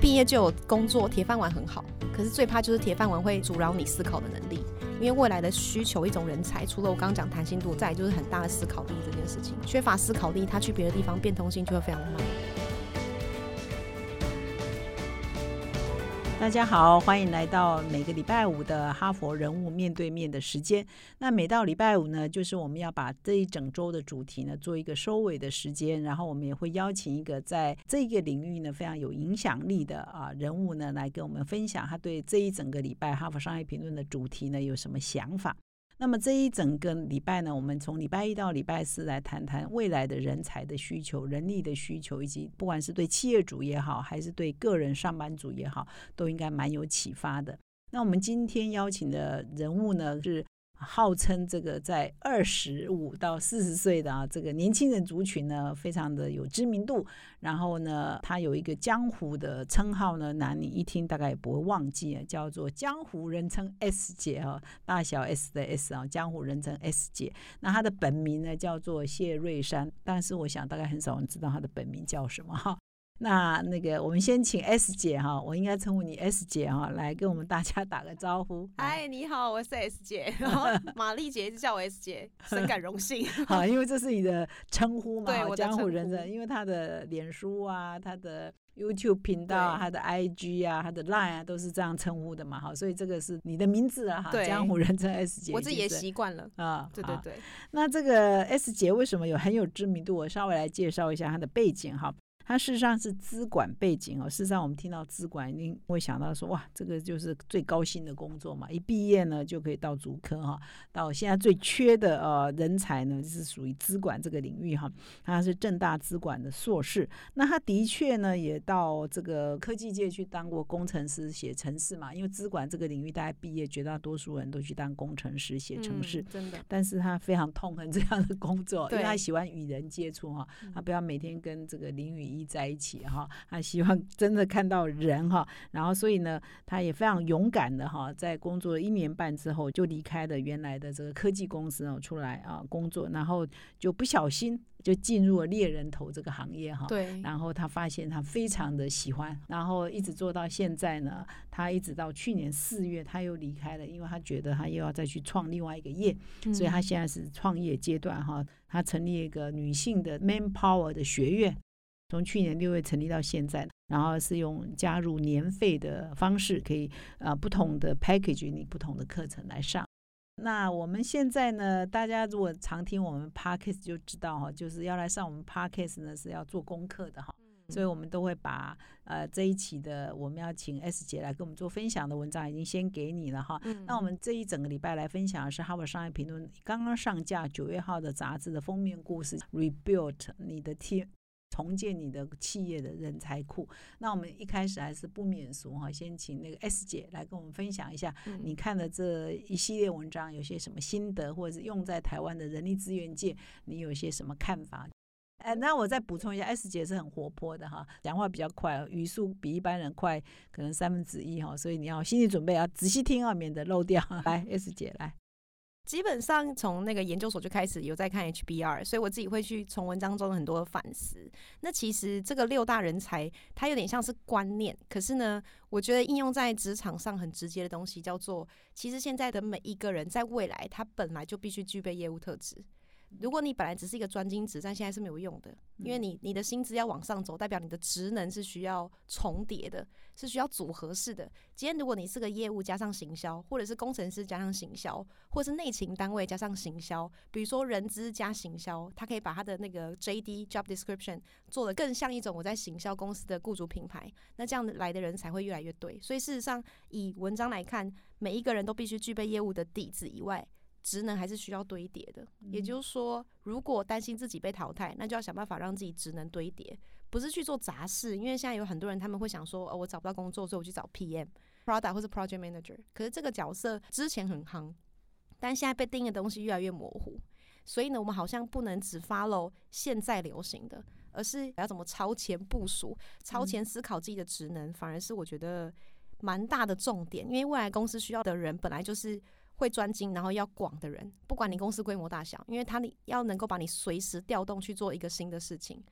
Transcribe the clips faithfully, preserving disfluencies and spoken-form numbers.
毕业就有工作，铁饭碗很好，可是最怕就是铁饭碗会阻挠你思考的能力。因为未来的需求一种人才，除了我刚刚讲弹性度，再来就是很大的思考力这件事情。缺乏思考力，他去别的地方变通性就会非常慢。 大家好，欢迎来到每个礼拜五的哈佛人物面对面的时间。那每到礼拜五呢，就是我们要把这一整周的主题呢做一个收尾的时间，然后我们也会邀请一个在这个领域呢非常有影响力的啊人物呢来跟我们分享他对这一整个礼拜哈佛商业评论的主题呢有什么想法。那么这一整个礼拜呢，我们从礼拜一到礼拜四来谈谈未来的人才的需求、人力的需求，以及不管是对企业主也好，还是对个人上班族也好，都应该蛮有启发的。那我们今天邀请的人物呢，是号称这个在二十五到四十岁的啊这个年轻人族群呢，非常的有知名度。然后呢，他有一个江湖的称号呢，那你一听大概也不会忘记，叫做江湖人称 S 姐啊，大小 S 的 S 啊，江湖人称 S 姐。那他的本名呢叫做谢瑞珊，但是我想大概很少人知道他的本名叫什么哈。那那个，我们先请 S 姐哈，我应该称呼你 S 姐哈，来跟我们大家打个招呼。 嗨，你好，我是 S 姐，然后玛丽姐一直叫我 S 姐，深感荣幸。 好，因为这是你的称呼嘛， 对，我的江湖称呼人称，因为他的脸书啊，他的 YouTube 频道啊，他的 I G 啊，他的 Line 啊，都是这样称呼的嘛，好，所以这个是你的名字啊，哈，江湖人称 S 姐， 我自己也习惯了啊。对对对。 那这个 S 姐为什么有很有知名度？我稍微来介绍一下她的背景哈。他事实上是资管背景哦，事实上我们听到资管一定会想到说，哇，这个就是最高薪的工作嘛，一毕业呢就可以到竹科哈，到现在最缺的呃人才呢是属于资管这个领域哈，他是政大资管的硕士，那他的确呢也到这个科技界去当过工程师写程式嘛，因为资管这个领域大家毕业绝大多数人都去当工程师写程式、嗯， 真的， 但是他非常痛恨这样的工作，因为他喜欢与人接触哈，他不要每天跟这个林雨在一起哈，他希望真的看到人哈，然后所以呢，他也非常勇敢的哈，在工作了一年半之后就离开了原来的这个科技公司哦，出来啊工作，然后就不小心就进入了猎人头这个行业哈， 对， 然后他发现他非常的喜欢，然后一直做到现在呢，他一直到去年四月他又离开了，因为他觉得他又要再去创另外一个业，嗯、所以他现在是创业阶段哈，他成立一个女性的 Manpower 的学院。从去年六月成立到现在，然后是用加入年费的方式，可以呃不同的 package 你不同的课程来上。那我们现在呢，大家如果常听我们 podcast 就知道哈，就是要来上我们 podcast 呢是要做功课的哈，所以我们都会把呃这一期的我们要请 S 姐来跟我们做分享的文章已经先给你了哈。嗯、那我们这一整个礼拜来分享的是哈佛商业评论刚刚上架九月号的杂志的封面故事 Rebuild 你的 team。重建你的企业的人才库。那我们一开始还是不免俗哈，先请那个 S 姐来跟我们分享一下，嗯、你看的这一系列文章有些什么心得，或者是用在台湾的人力资源界，你有些什么看法？哎，那我再补充一下 ，S 姐是很活泼的哈，讲话比较快，语速比一般人快，可能三分之一哈，所以你要心理准备，要仔细听啊，免得漏掉。来 ，S 姐来。 基本上从那个研究所就开始有在看 H B R， 所以我自己会去从文章中很多的反思。那其实这个六大人才，它有点像是观念，可是呢，我觉得应用在职场上很直接的东西，叫做其实现在的每一个人在未来，他本来就必须具备业务特质。如果你本来只是一个专精职，但现在是没有用的，因为你你的薪资要往上走，代表你的职能是需要重叠的，是需要组合式的。今天如果你是个业务加上行销，或者是工程师加上行销，或者是内勤单位加上行销，比如说人资加行销，他可以把他的那个 J D job description 做得更像一种我在行销公司的雇主品牌，那这样来的人才会越来越对。所以事实上，以文章来看，每一个人都必须具备业务的底子以外，职能还是需要堆叠的，也就是说，如果担心自己被淘汰，那就要想办法让自己职能堆叠，不是去做杂事。因为现在有很多人他们会想说，哦，我找不到工作，所以我去找 P M、Product 或是 Project Manager。可是这个角色之前很夯，但现在被定的东西越来越模糊，所以呢，我们好像不能只 follow 现在流行的，而是要怎么超前部署、超前思考自己的职能，反而是我觉得蛮大的重点。因为未来公司需要的人本来就是会专精然后要广的人，不管你公司规模大小，因为他要能够把你随时调动去做一个新的事情。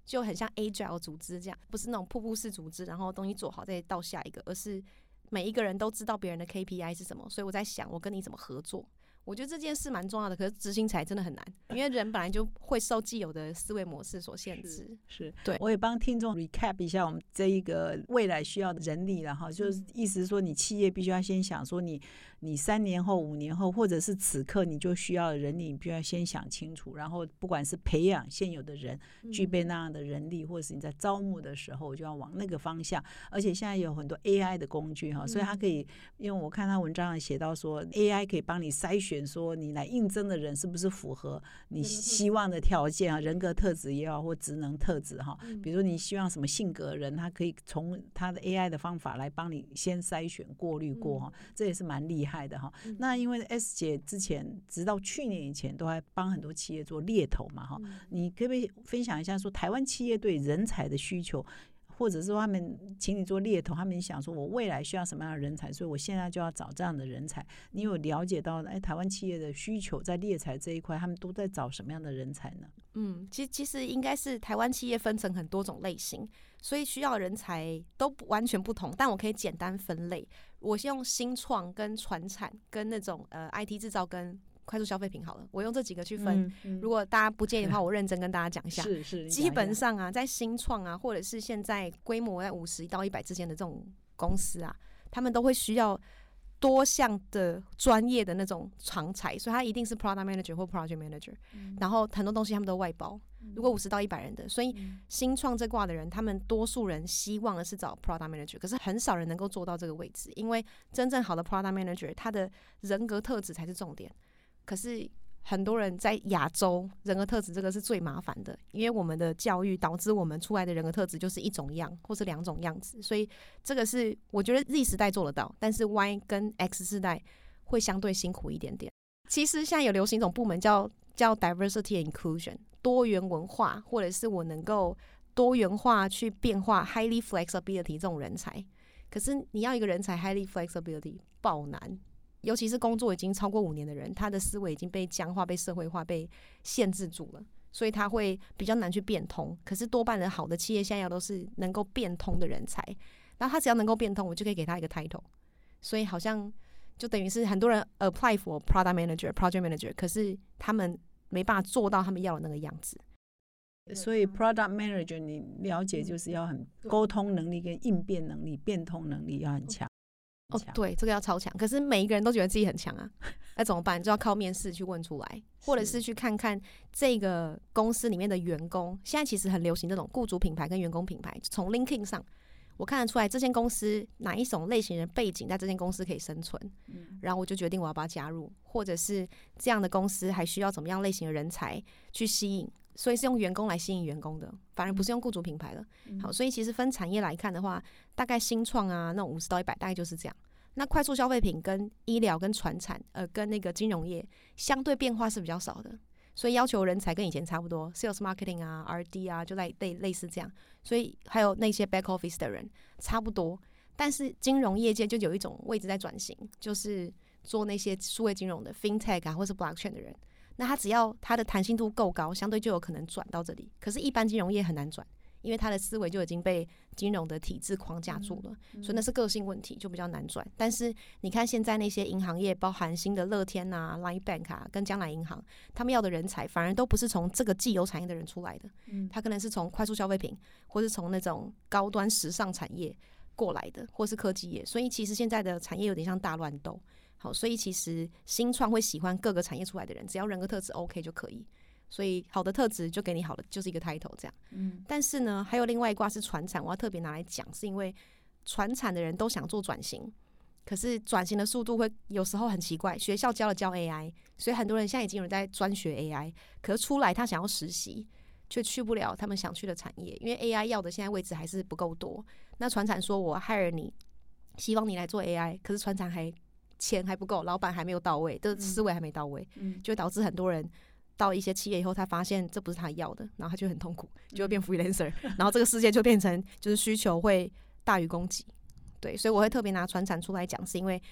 就很像 Agile 组织这样，不是那种瀑布式组织，然后东西做好再到下一个，而是每一个人都知道别人的 K P I 是什么，所以我在想我跟你怎么合作。我觉得这件事蛮重要的，可是执行起来真的很难，因为人本来就会受既有的思维模式所限制。 是，是对。 我也帮听众 recap 一下我们这一个未来需要的人力了哈，就是意思是说，你企业必须要先想说你，你三年后、五年后，或者是此刻你就需要的人力，你必须要先想清楚，然后不管是培养现有的人，具备那样的人力，或者是你在招募的时候就要往那个方向。而且现在有很多 A I 的工具哈，所以它可以，因为我看他文章上写到说 A I 可以帮你筛选。说你来应征的人是不是符合你希望的条件啊？人格特质也好，或职能特质哈。比如说你希望什么性格的人，他可以从他的 A I 的方法来帮你先筛选、过滤过哈，这也是蛮厉害的哈。那因为 S 姐之前直到去年以前都还帮很多企业做猎头嘛哈，你可不可以分享一下说台湾企业对人才的需求？或者是说他们请你做猎头，他们想说我未来需要什么样的人才，所以我现在就要找这样的人才。你有了解到哎，台湾企业的需求在猎才这一块，他们都在找什么样的人才呢？ 嗯，其实其实应该是台湾企业分成很多种类型，所以需要的人才都完全不同。但我可以简单分类，我先用新创跟传产跟那种呃 I T 制造跟快速消费品好了，我用这几个去分。嗯嗯、如果大家不介意的话，我认真跟大家讲一下。 是是， 基本上啊，在新创啊，或者是现在规模在五十到一百之间的这种公司啊，他们都会需要多项的专业的那种长才，所以他一定是 product manager 或 project manager、嗯。然后很多东西他们都外包。如果五十到一百人的，所以新创这挂的人，他们多数人希望的是找 product manager， 可是很少人能够做到这个位置，因为真正好的 product manager， 他的人格特质才是重点。可是很多人在亚洲人格特质这个是最麻烦的，因为我们的教育导致我们出来的人格特质就是一种样或是两种样子，所以这个是我觉得 Z 时代做得到，但是 Y 跟 X 世代会相对辛苦一点点。其实现在有流行一种部门叫叫 diversity and inclusion， 多元文化，或者是我能够多元化去变化 highly flexibility 这种人才。可是你要一个人才 highly flexibility 爆难。尤其是工作已经超过五年的人，他的思维已经被僵化、被社会化、被限制住了，所以他会比较难去变通。可是多半的好的企业现在要都是能够变通的人才，然后他只要能够变通，我就可以给他一个 title。所以好像就等于是很多人 apply for product manager、project manager， 可是他们没办法做到他们要的那个样子。 所以 product manager 你了解就是要很沟通能力跟应变能力、变通能力要很强。 哦，对，这个要超强，可是每一个人都觉得自己很强啊，那怎么办？就要靠面试去问出来，或者是去看看这个公司里面的员工。现在其实很流行这种雇主品牌跟员工品牌，从 LinkedIn 上我看得出来这间公司哪一种类型的背景在这间公司可以生存，嗯、然后我就决定我要把它加入，或者是这样的公司还需要怎么样类型的人才去吸引。所以是用员工来吸引员工的，反而不是用雇主品牌了。好，所以其实分产业来看的话，大概新创啊，那种五十到一百，大概就是这样。那快速消费品跟医疗跟传产，呃，跟那个金融业相对变化是比较少的，所以要求人才跟以前差不多 ，sales marketing 啊 ，R D 啊，就类类类似这样。所以还有那些 back office 的人差不多，但是金融业界就有一种位置在转型，就是做那些数位金融的 fintech 啊，或是 blockchain 的人。那他只要他的弹性度够高，相对就有可能转到这里。可是，一般金融业很难转，因为他的思维就已经被金融的体制框架住了，嗯嗯、所以那是个性问题，就比较难转。但是你看现在那些银行业，包含新的乐天啊、Line Bank 啊，跟将来银行，他们要的人才反而都不是从这个既有产业的人出来的，嗯、他可能是从快速消费品，或是从那种高端时尚产业过来的，或是科技业。所以其实现在的产业有点像大乱斗。好，所以其实新创会喜欢各个产业出来的人，只要人格特质 OK 就可以。所以好的特质就给你好的，就是一个 title 这样。嗯。但是呢，还有另外一卦是传产，我要特别拿来讲，是因为传产的人都想做转型，可是转型的速度会有时候很奇怪。学校教了教 A I， 所以很多人现在已经有人在专学 A I， 可是出来他想要实习，却去不了他们想去的产业，因为 A I 要的现在位置还是不够多。那传产说我 hire 你，希望你来做 A I， 可是传产还钱还不够，老板还没有到位，的思维还没到位，嗯、就会导致很多人到一些企业以后，他发现这不是他要的，然后他就很痛苦，就会变 freelancer，嗯、然后这个世界就变成就是需求会大于供给。对，所以我会特别拿传产出来讲，是因为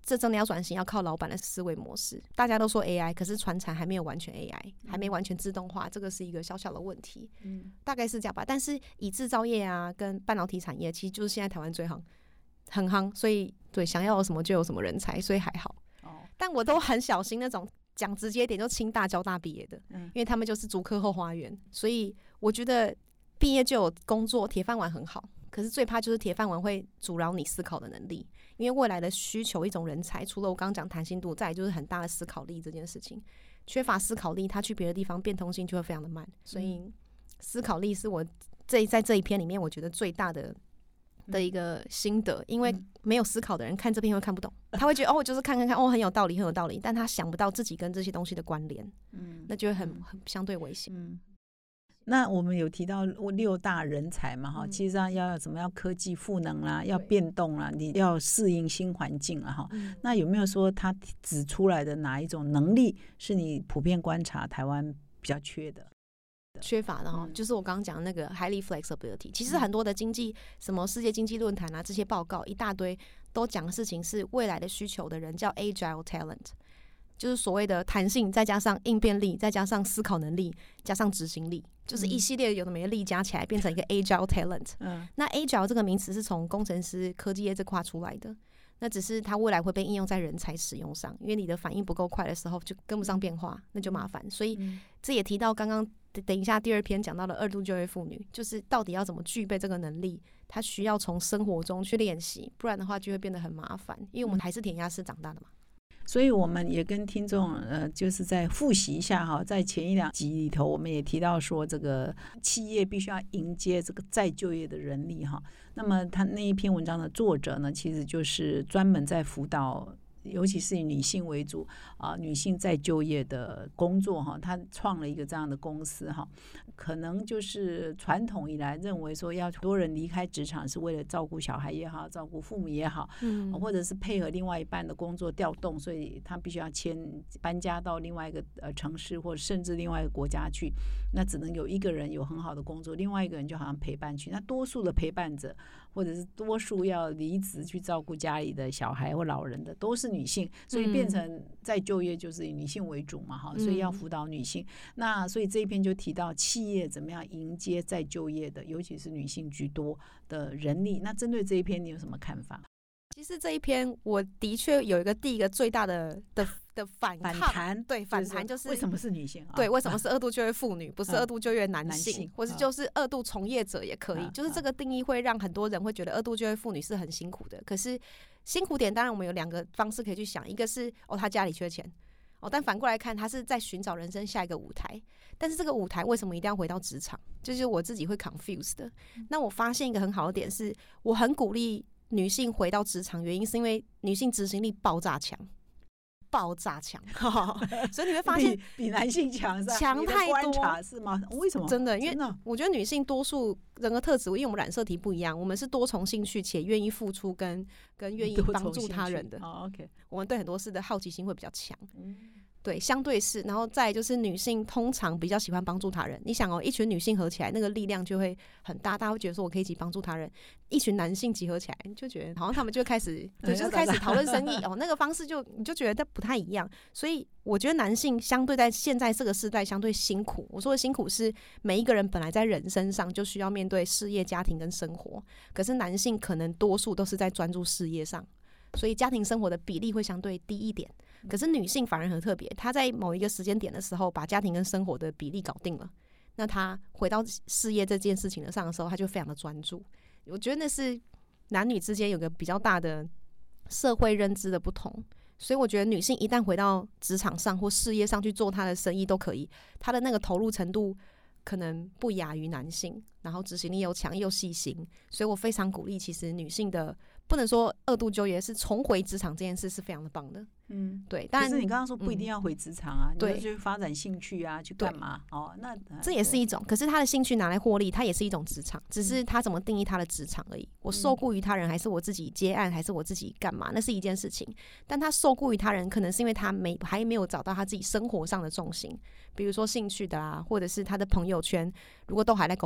这真的要转型，要靠老板的思维模式。大家都说 A I， 可是传产还没有完全 A I， 还没完全自动化，这个是一个小小的问题。嗯，大概是这样吧。但是以制造业啊跟半导体产业，其实就是现在台湾最夯，很夯，所以对想要有什么就有什么人才，所以还好。哦，但我都很小心那种讲直接点，就清大交大毕业的，嗯，因为他们就是竹科后花园，所以我觉得毕业就有工作，铁饭碗很好。可是最怕就是铁饭碗会阻挠你思考的能力，因为未来的需求一种人才，除了我刚刚讲弹性度，再来就是很大的思考力这件事情。缺乏思考力，他去别的地方变通性就会非常的慢。所以思考力是我这在这一篇里面我觉得最大的的一个心得，因为没有思考的人看这篇会看不懂，他会觉得哦，就是看看看哦，很有道理，很有道理，但他想不到自己跟这些东西的关联，嗯，那就会很很相对危险。嗯， 那我们有提到六大人才嘛，哈、嗯，其实上要怎么样科技赋能啦，要变动啦，你要适应新环境了哈、嗯。那有没有说他指出来的哪一种能力是你普遍观察台湾比较缺的？ 缺乏的哈、嗯，就是我刚刚讲的那个 highly flexibility。其实很多的经济，什么世界经济论坛啊，这些报告一大堆都讲的事情是未来的需求的人叫 agile talent。就是所谓的弹性，再加上应变力，再加上思考能力，加上执行力，就是一系列有的没的力加起来，变成一个 agile talent。嗯，那 agile 这个名词是从工程师、科技业这块出来的，那只是它未来会被应用在人才使用上，因为你的反应不够快的时候，就跟不上变化，那就麻烦。所以这也提到刚刚等一下第二篇讲到的二度就业妇女，就是到底要怎么具备这个能力，她需要从生活中去练习，不然的话就会变得很麻烦，因为我们还是填鸭式长大的嘛。 所以我们也跟听众呃，就是再复习一下哈，在前一两集里头，我们也提到说，这个企业必须要迎接这个再就业的人力哈。那么他那一篇文章的作者呢，其实就是专门在辅导，尤其是以女性为主啊、呃，女性再就业的工作哈，他创了一个这样的公司哈。可能就是传统以来认为说，要多人离开职场是为了照顾小孩也好，照顾父母也好，嗯，或者是配合另外一半的工作调动，所以他必须要迁搬家到另外一个呃城市，或者甚至另外一个国家去。那只能有一个人有很好的工作，另外一个人就好像陪伴去。那多数的陪伴者，或者是多数要离职去照顾家里的小孩或老人的，都是女性，所以变成再就业就是以女性为主嘛，哈，所以要辅导女性。那所以这一篇就提到企业怎么样迎接再就业的，尤其是女性居多的人力。那针对这一篇，你有什么看法？ 其实这一篇我的确有一个第一个最大的的的反抗， 反弹， 对，反弹就是为什么是女性、啊？ 对，为什么是二度就业妇女，不是二度就业男性， 男性或是就是二度从业者也可以、嗯？就是这个定义会让很多人会觉得二度就业妇女是很辛苦的。可是辛苦点，当然我们有两个方式可以去想，一个是哦，他家里缺钱。哦，但反过来看，他是在寻找人生下一个舞台。但是这个舞台为什么一定要回到职场？这就是我自己会 confuse 的。那我发现一个很好的点是，我很鼓励女性回到职场，原因是因为女性执行力爆炸强，爆炸强，所以你会发现比, 比男性强， 强太多， 观察是吗？为什么？ 真的，因为我觉得女性多数人格特质，因为我们染色体不一样，我们是多重兴趣且愿意付出跟跟愿意帮助他人的。 哦 ，OK， 我们对很多事的好奇心会比较强。嗯，对，相对是，然后再来就是女性通常比较喜欢帮助他人。你想哦，一群女性合起来，那个力量就会很大，大家会觉得说我可以一起帮助他人。一群男性集合起来，你就觉得好像他们就开始，对，就是开始讨论生意哦，那个方式就你就觉得不太一样。所以我觉得男性相对在现在这个时代相对辛苦。我说的辛苦是每一个人本来在人身上就需要面对事业、家庭跟生活，可是男性可能多数都是在专注事业上，所以家庭生活的比例会相对低一点。可是女性反而很特别，她在某一个时间点的时候，把家庭跟生活的比例搞定了，那她回到事业这件事情上的时候，她就非常的专注。我觉得那是男女之间有个比较大的社会认知的不同，所以我觉得女性一旦回到职场上或事业上去做她的生意都可以，她的那个投入程度可能不亚于男性，然后执行力又强又细心，所以我非常鼓励，其实女性的不能说二度就业，是重回职场这件事是非常的棒的。嗯，对。但是你刚刚说不一定要回职场啊，嗯、你就去发展兴趣啊，去干嘛？哦，那这也是一种。可是他的兴趣拿来获利，它也是一种职场，只是他怎么定义他的职场而已。我受雇于他人，还是我自己接案，还是我自己干嘛？那是一件事情。但他受雇于他人，可能是因为他没还没有找到他自己生活上的重心，比如说兴趣的啦，或者是他的朋友圈，如果都还在工作，那当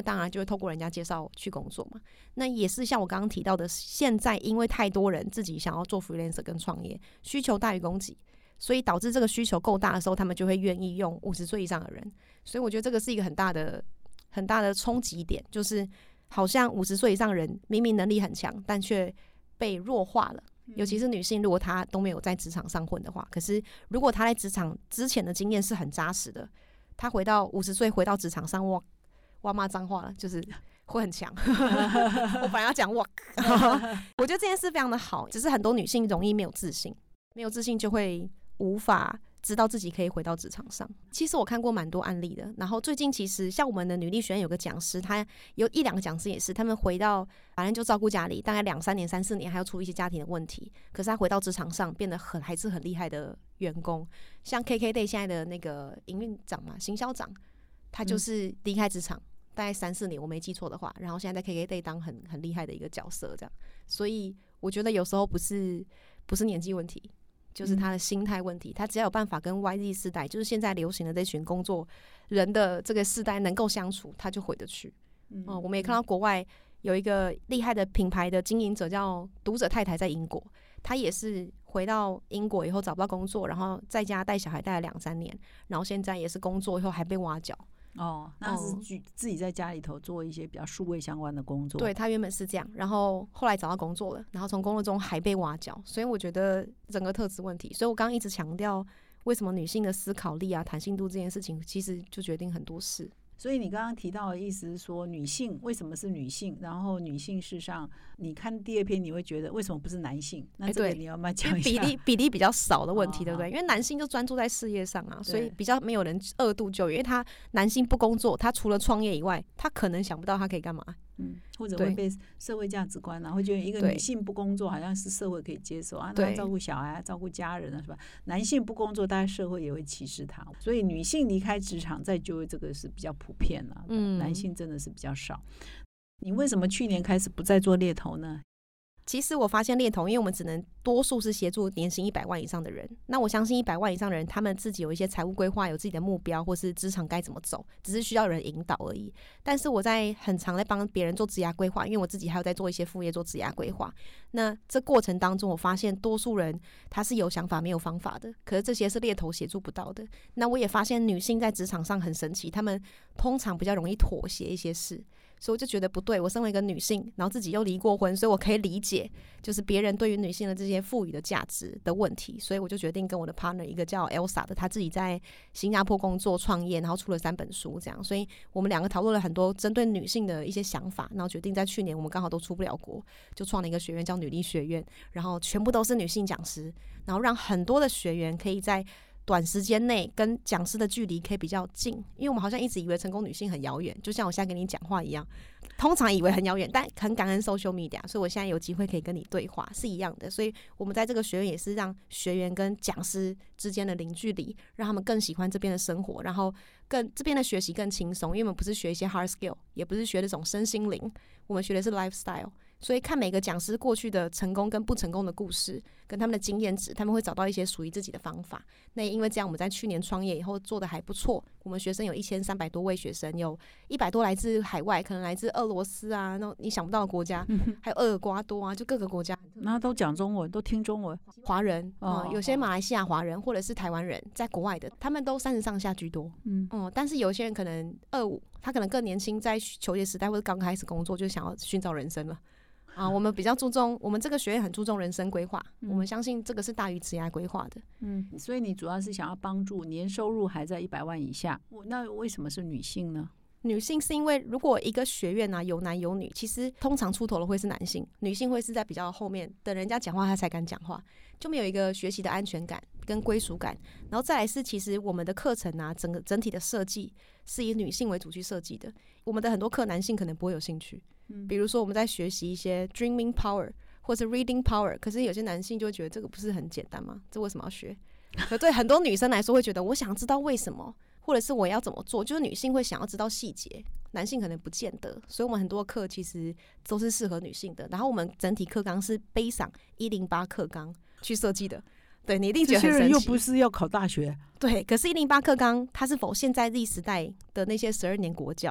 当然就会透过人家介绍去工作嘛。那也是像我刚刚提到的，现在因为太多人自己想要做 freelancer 跟创业，需求大于供给，所以导致这个需求够大的时候，他们就会愿意用五十岁以上的人。所以我觉得这个是一个很大的很大的冲击点，就是好像五十岁以上的人明明能力很强，但却被弱化了。尤其是女性，如果她都没有在职场上混的话，可是如果她在职场之前的经验是很扎实的，她回到五十岁回到职场上，哇哇骂脏话了，就是会很强。我本来要讲哇，我觉得这件事非常的好，只是很多女性容易没有自信，没有自信就会无法知道自己可以回到职场上。其实我看过蛮多案例的，然后最近其实像我们的女力学院有个讲师，他有一两个讲师也是，他们回到反正就照顾家里，大概两三年、三四年，还要处理一些家庭的问题。可是他回到职场上，变得很还是很厉害的员工。像 K K Day 现在的那个营运长嘛，行销长，他就是离开职场、嗯、大概三四年，我没记错的话，然后现在在 K K Day 当很很厉害的一个角色，这样。所以我觉得有时候不是不是年纪问题。就是他的心态问题，他只要有办法跟 Y Z 世代，就是现在流行的这群工作人的这个世代能够相处，他就回得去。嗯，嗯，我们也看到国外有一个厉害的品牌的经营者叫读者太太，在英国，他也是回到英国以后找不到工作，然后在家带小孩带了两三年，然后现在也是工作以后还被挖角。 哦，那是自己在家里头做一些比较数位相关的工作。 对，他原本是这样，然后后来找到工作了，然后从工作中还被挖角，所以我觉得整个特质问题。所以我刚刚一直强调，为什么女性的思考力啊、弹性度这件事情，其实就决定很多事。 所以你刚刚提到的意思是说，女性为什么是女性？然后女性事实上，你看第二篇你会觉得为什么不是男性？那这个你要不要讲一下？ 比例比例比较少的问题，对不对？因为男性就专注在事业上啊，所以比较没有人二度就业。因为他男性不工作，他除了创业以外，他可能想不到他可以干嘛。 嗯，或者会被社会价值观啊，会觉得一个女性不工作好像是社会可以接受啊，那照顾小孩、照顾家人啊，是吧？男性不工作，大概社会也会歧视他。所以女性离开职场再就业，这个是比较普遍啊，嗯，男性真的是比较少。你为什么去年开始不再做猎头呢？ 其实我发现猎头，因为我们只能多数是协助年薪一百万以上的人，那我相信一百万以上的人，他们自己有一些财务规划，有自己的目标，或是职场该怎么走，只是需要有人引导而已。但是我在很常在帮别人做职涯规划，因为我自己还有在做一些副业做职涯规划。那这过程当中，我发现多数人他是有想法没有方法的，可是这些是猎头协助不到的。那我也发现女性在职场上很神奇，她们通常比较容易妥协一些事。所以我就觉得不对，我身为一个女性，然后自己又离过婚，所以我可以理解就是别人对于女性的这些赋予的价值的问题。所以我就决定跟我的 partner 一个叫 Elsa 的，她自己在新加坡工作创业，然后出了三本书这样。所以我们两个讨论了很多针对女性的一些想法，然后决定在去年我们刚好都出不了国，就创了一个学院叫女力学院，然后全部都是女性讲师，然后让很多的学员可以在短时间内跟讲师的距离可以比较近，因为我们好像一直以为成功女性很遥远，就像我现在跟你讲话一样，通常以为很遥远，但很感恩 social media， 所以我现在有机会可以跟你对话是一样的。所以我们在这个学院也是让学员跟讲师之间的零距离，让他们更喜欢这边的生活，然后更这边的学习更轻松，因为我们不是学一些 hard skill， 也不是学那种身心灵，我们学的是 lifestyle。所以看每个讲师过去的成功跟不成功的故事，跟他们的经验值，他们会找到一些属于自己的方法。那也因为这样，我们在去年创业以后做的还不错。我们学生有一千三百多位学生，有一百多来自海外，可能来自俄罗斯啊，那你想不到的国家，还有厄尔瓜多啊，就各个国家。 那都讲中文，都听中文。 华人，哦嗯，有些马来西亚华人或者是台湾人，在国外的，他们都三十上下居多。嗯嗯，但是有些人可能二五，他可能更年轻，在求学时代或者刚开始工作，就想要寻找人生了。啊，我们比较注重，我们这个学院很注重人生规划，嗯，我们相信这个是大于职业规划的。 嗯，所以你主要是想要帮助年收入还在一百万以下，那为什么是女性呢？ 女性是因为如果一个学院啊有男有女，其实通常出头的会是男性，女性会是在比较后面，等人家讲话她才敢讲话，就没有一个学习的安全感跟归属感。然后再来是，其实我们的课程啊，整个整体的设计是以女性为主去设计的，我们的很多课男性可能不会有兴趣。比如说我们在学习一些 dreaming power 或者 reading power， 可是有些男性就会觉得这个不是很简单吗？这为什么要学？可对很多女生来说会觉得我想知道为什么，或者是我要怎么做，就是女性会想要知道细节，男性可能不见得。所以我们很多课其实都是适合女性的，然后我们整体课纲是背上一零八课纲去设计的。对，你一定觉得很神奇， 这些人又不是要考大学。 对，可是一零八课纲它是否现在 Z 时代的那些十二年国教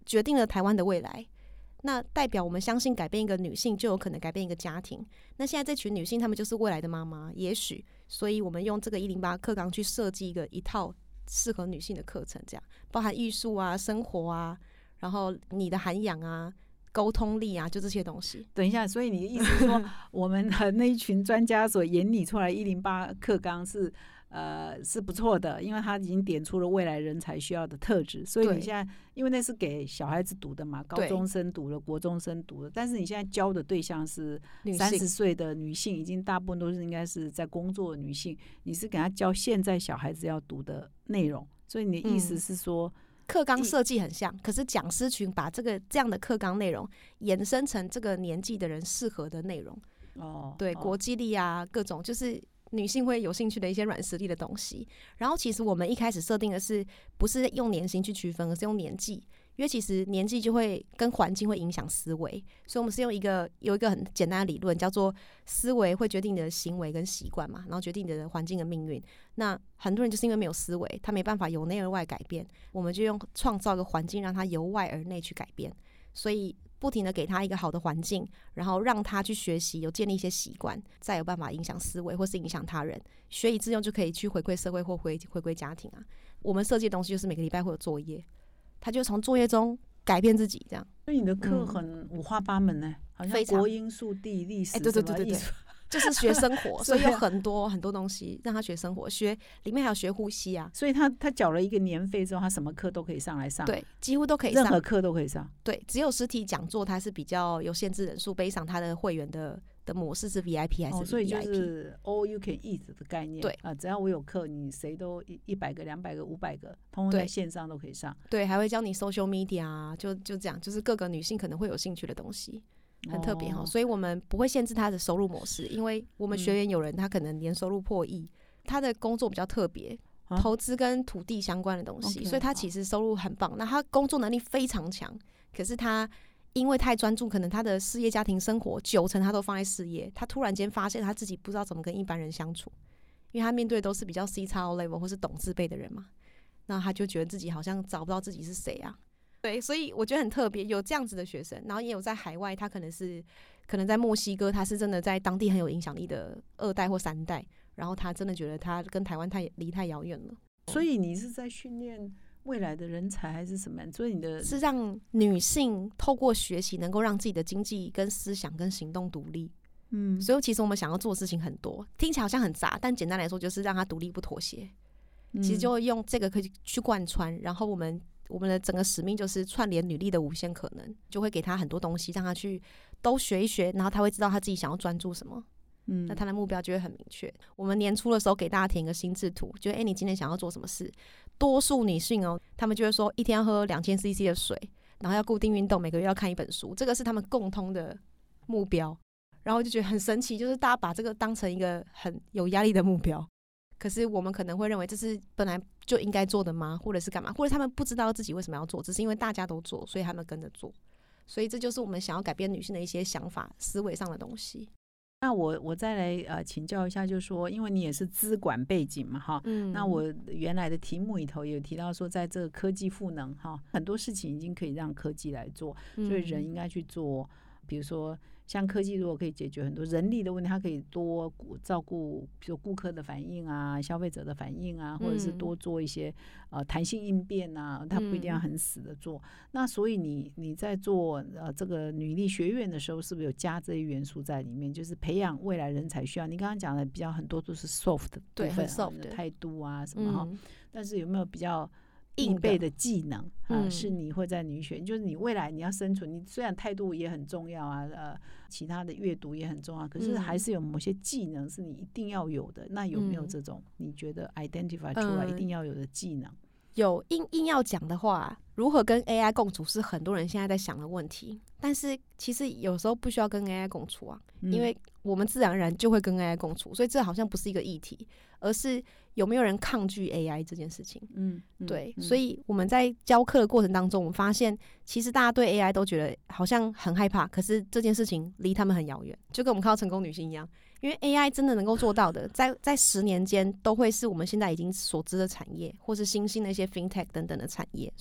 决定了台湾的未来。那代表我们相信改变一个女性就有可能改变一个家庭。那现在这群女性她们就是未来的妈妈，也许，所以我们用这个一零八课纲去设计一个一套适合女性的课程，这样包含艺术啊、生活啊，然后你的涵养啊、沟通力啊，就这些东西。 等一下，所以你的意思是说，我们的那一群专家所研拟出来一零八课纲是呃是不错的，因为他已经点出了未来人才需要的特质。所以你现在，因为那是给小孩子读的嘛，高中生读的，国中生读的，但是你现在教的对象是三十岁的女性，已经大部分都是应该是在工作的女性，你是给他教现在小孩子要读的内容。所以你的意思是说， 课纲设计很像，可是讲师群把这个这样的课纲内容延伸成这个年纪的人适合的内容。 哦， 对， 哦、 国际力啊，各种就是女性会有兴趣的一些软实力的东西。然后其实我们一开始设定的是不是用年薪去区分，而是用年纪，因为其实年纪就会跟环境会影响思维，所以我们是用一个有一个很简单的理论，叫做思维会决定你的行为跟习惯嘛，然后决定你的环境的命运。那很多人就是因为没有思维，他没办法由内而外改变，我们就用创造一个环境让他由外而内去改变，所以不停的给他一个好的环境，然后让他去学习，有建立一些习惯，再有办法影响思维或是影响他人，学以致用就可以去回馈社会或回回归家庭啊。我们设计的东西就是每个礼拜会有作业，他就从作业中改变自己，这样。 所以你的课很五花八门呢、欸嗯，好像国英数地历史、欸， 对对对对对，就是学生活，所以有很多很多东西让他学生活，学里面还有学呼吸啊。 所以他他缴了一个年费之后，他什么课都可以上来上， 对，几乎都可以上， 任何课都可以上。 对，只有实体讲座它是比较有限制人数，背上他的会员的的模式是 V I P 还是 V I P？、哦、 所以就是 all you can eat 的概念。 对啊、呃，只要我有课，你谁都一一百个、两百个、五百个，通通在线上都可以上。 对，还会教你 social media 啊，就就这样，就是各个女性可能会有兴趣的东西。很特别哈、哦，所以我们不会限制他的收入模式，因为我们学员有人他可能年收入破亿，他的工作比较特别，啊、投资跟土地相关的东西， okay, 所以他其实收入很棒。那他工作能力非常强，可是他因为太专注，可能他的事业、家庭生活九成他都放在事业，他突然间发现他自己不知道怎么跟一般人相处，因为他面对的都是比较 C 叉 O level 或是懂字辈的人嘛，那他就觉得自己好像找不到自己是谁啊。对，所以我觉得很特别，有这样子的学生，然后也有在海外，他可能是可能在墨西哥，他是真的在当地很有影响力的二代或三代，然后他真的觉得他跟台湾太离太遥远了。 所以你是在训练未来的人才还是什么？所以你的是让女性透过学习能够让自己的经济跟思想跟行动独立。嗯，所以其实我们想要做的事情很多，听起来好像很杂，但简单来说就是让他独立不妥协。嗯、其实就会用这个可以去贯穿，然后我们。我们的整个使命就是串联女力的无限可能，就会给她很多东西，让她去都学一学，然后她会知道她自己想要专注什么。嗯，那她的目标就会很明确。我们年初的时候给大家填一个心智图，就哎、欸，你今天想要做什么事？多数女性哦，她们就会说一天要喝两千 C C 的水，然后要固定运动，每个月要看一本书，这个是她们共通的目标。然后就觉得很神奇，就是大家把这个当成一个很有压力的目标。可是我们可能会认为这是本来就应该做的吗？或者是干嘛？或者他们不知道自己为什么要做，只是因为大家都做，所以他们跟着做。所以这就是我们想要改变女性的一些想法、思维上的东西。 那我我再来呃请教一下，就是说，因为你也是资管背景嘛，哈，嗯，那我原来的题目里头有提到说，在这个科技赋能哈，很多事情已经可以让科技来做，所以人应该去做，比如说。像科技如果可以解决很多人力的问题，它可以多照顾，比如顾客的反应啊、消费者的反应啊，或者是多做一些呃弹性应变啊，它不一定要很死的做。嗯、那所以你你在做呃这个女力学院的时候，是不是有加这些元素在里面？就是培养未来人才需要。你刚刚讲的比较很多都是 soft 的部分， soft 的态度啊什么哈、嗯，但是有没有比较？ 硬背的技能啊、嗯，是你会在女学，就是你未来你要生存，你虽然态度也很重要啊，呃，其他的阅读也很重要，可是还是有某些技能是你一定要有的。嗯、那有没有这种你觉得 identify 出来一定要有的技能？嗯、 有，硬硬要讲的话，如何跟 A I 共处是很多人现在在想的问题。但是其实有时候不需要跟 A I 共处啊，嗯、因为我们自然而然就会跟 A I 共处，所以这好像不是一个议题，而是有没有人抗拒 A I 这件事情。嗯，对，嗯、所以我们在教课的过程当中，我们发现其实大家对 A I 都觉得好像很害怕，可是这件事情离他们很遥远，就跟我们看到成功女性一样。因为 A I 真的能够做到的，在在十年间都会是我们现在已经所知的产业，或是新兴的一些 fintech 等等的产业，所以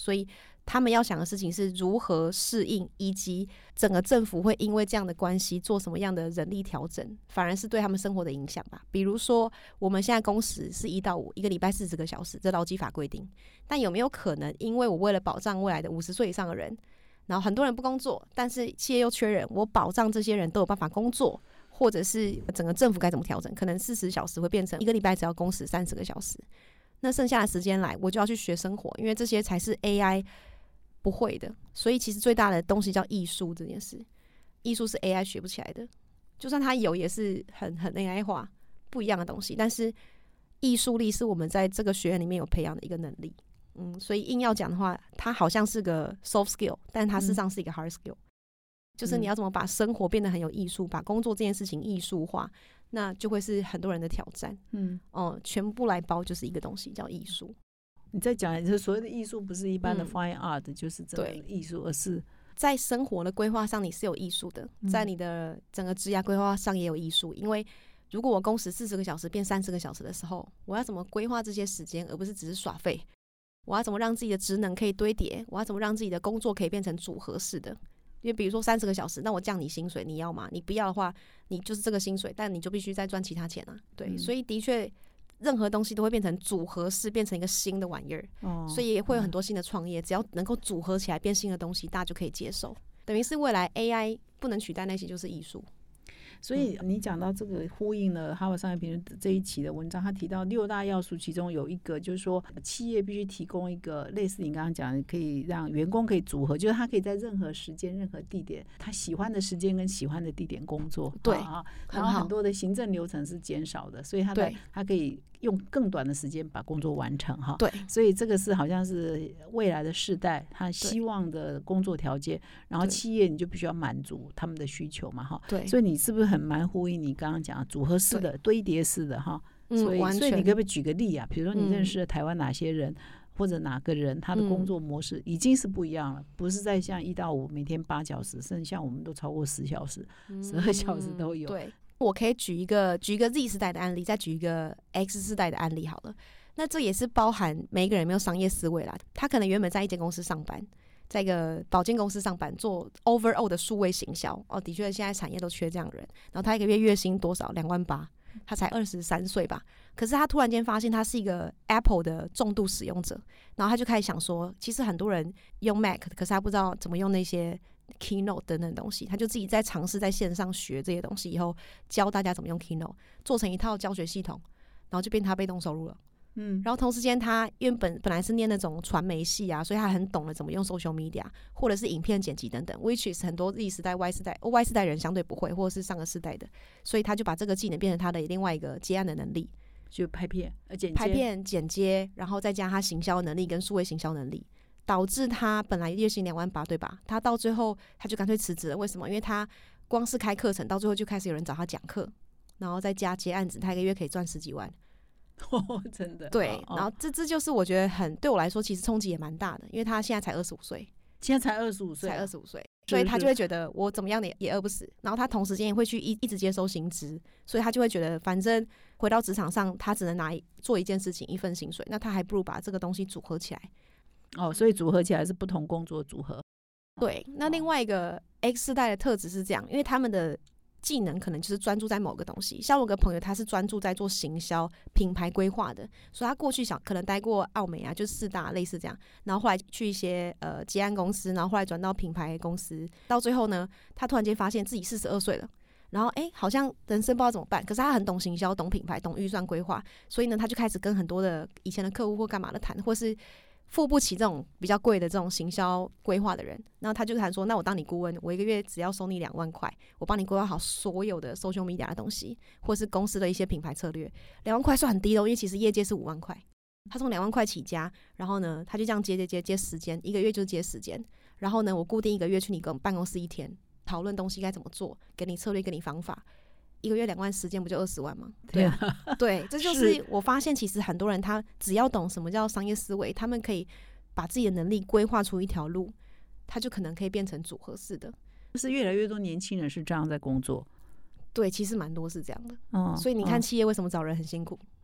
他们要想的事情是如何适应，以及整个政府会因为这样的关系做什么样的人力调整，反而是对他们生活的影响吧。比如说我们现在工时是一到五，一个礼拜四十个小时，这劳基法规定，但有没有可能因为我为了保障未来的五十岁以上的人，然后很多人不工作，但是企业又缺人，我保障这些人都有办法工作，或者是整个政府该怎么调整，可能四十小时会变成一个礼拜只要工时三十个小时，那剩下的时间来我就要去学生活，因为这些才是 A I 不会的。所以其实最大的东西叫艺术这件事，艺术是 A I 学不起来的，就算它有也是很很 A I 化不一样的东西，但是艺术力是我们在这个学院里面有培养的一个能力。嗯，所以硬要讲的话，它好像是个 soft skill， 但它事实上是一个 hard skill，嗯，就是你要怎么把生活变得很有艺术，把工作这件事情艺术化，那就会是很多人的挑战。嗯，哦，全部来包就是一个东西叫艺术。 你在讲就是所谓的艺术，不是一般的 fine art，嗯，就是真的艺术，而是在生活的规划上你是有艺术的，在你的整个职业规划上也有艺术。因为如果我工时四十个小时变三十个小时的时候，我要怎么规划这些时间，而不是只是耍废？我要怎么让自己的职能可以堆叠？我要怎么让自己的工作可以变成组合式的？因为比如说三十个小时，那我降你薪水，你要吗？你不要的话，你就是这个薪水，但你就必须再赚其他钱啊。对，嗯，所以的确，任何东西都会变成组合式，变成一个新的玩意儿。哦，所以也会有很多新的创业，只要能够组合起来变新的东西，大家就可以接受。等于是未来 A I 不能取代那些，就是艺术。 所以你讲到这个呼应了哈佛商业评论这一期的文章，他提到六大要素，其中有一个就是说企业必须提供一个类似你刚刚讲的，可以让员工可以组合，就是他可以在任何时间任何地点，他喜欢的时间跟喜欢的地点工作。 对， 啊，然后很多的行政流程是减少的，所以他的他可以用更短的时间把工作完成哈。 对， 所以这个是好像是未来的世代他希望的工作条件，然后企业你就必须要满足他们的需求嘛哈。 对， 所以你是不是很蛮呼应你刚刚讲的组合式的堆叠式的哈？ 嗯， 所以完全所以你可不可以举个例啊？比如说你认识了台湾哪些人，嗯，或者哪个人他的工作模式已经是不一样了，不是在像一到五每天八小时，甚至像我们都超过十小时、十二小时都有。 对，我可以举一个举一个 Z 世代的案例，再举一个 X 世代的案例好了。那这也是包含每一个人有没有商业思维啦。他可能原本在一间公司上班，在一个保健公司上班，做 overall 的数位行销。哦，的确现在产业都缺这样的人。然后他一个月月薪多少？两万八。他才二十三岁吧，可是他突然间发现他是一个 Apple 的重度使用者，然后他就开始想说，其实很多人用 Mac， 可是他不知道怎么用那些 Keynote 等等东西，他就自己在尝试在线上学这些东西，以后教大家怎么用 Keynote， 做成一套教学系统，然后就变他被动收入了。嗯，然后同时间他因为本本来是念那种传媒系啊，所以他很懂得怎么用 social media 或者是影片剪辑等等 ，which is 很多 Z 世代、Y 世代、Y 世代人相对不会，或者是上个世代的，所以他就把这个技能变成他的另外一个接案的能力， 就拍片、剪接、 拍片、剪接，然后再加他行销能力跟数位行销能力，导致他本来月薪两万八，对吧？他到最后他就干脆辞职了，为什么？因为他光是开课程，到最后就开始有人找他讲课，然后再加接案子，他一个月可以赚十几万。 哦，真的。 对， 哦， 然后这这就是我觉得很对我来说其实冲击也蛮大的，因为他现在才二十五岁， 现在才二十五岁， 才二十五岁，所以他就会觉得我怎么样也也饿不死，然后他同时间也会去一一直接收薪资，所以他就会觉得反正回到职场上他只能拿做一件事情一份薪水，那他还不如把这个东西组合起来。 哦，所以组合起来是不同工作组合。 对，那另外一个 X 世代的特质是这样，因为他们的技能可能就是专注在某个东西，像我有个朋友他是专注在做行销品牌规划的，所以他过去想可能待过奥美啊，就是四大类似这样，然后后来去一些呃接案公司，然后后来转到品牌公司，到最后呢他突然间发现自己四十二岁了，然后哎好像人生不知道怎么办，可是他很懂行销、懂品牌、懂预算规划，所以呢他就开始跟很多的以前的客户或干嘛的谈，或是付不起这种比较贵的这种行销规划的人，然后他就谈说，那我当你顾问，我一个月只要收你两万块，我帮你规划好所有的 social media 的东西，或是公司的一些品牌策略，两万块算很低的，因为其实业界是五万块，他从两万块起家，然后呢他就这样接接接接时间，一个月就是接时间，然后呢我固定一个月去你办公室一天，讨论东西该怎么做，给你策略，给你方法，一个月两万，时间不就二十万吗？对啊，对，这就是我发现，其实很多人他只要懂什么叫商业思维，他们可以把自己的能力规划出一条路，他就可能可以变成组合式的。 就是越来越多年轻人是这样在工作。 对，其实蛮多是这样的。嗯，所以你看企业为什么找人很辛苦？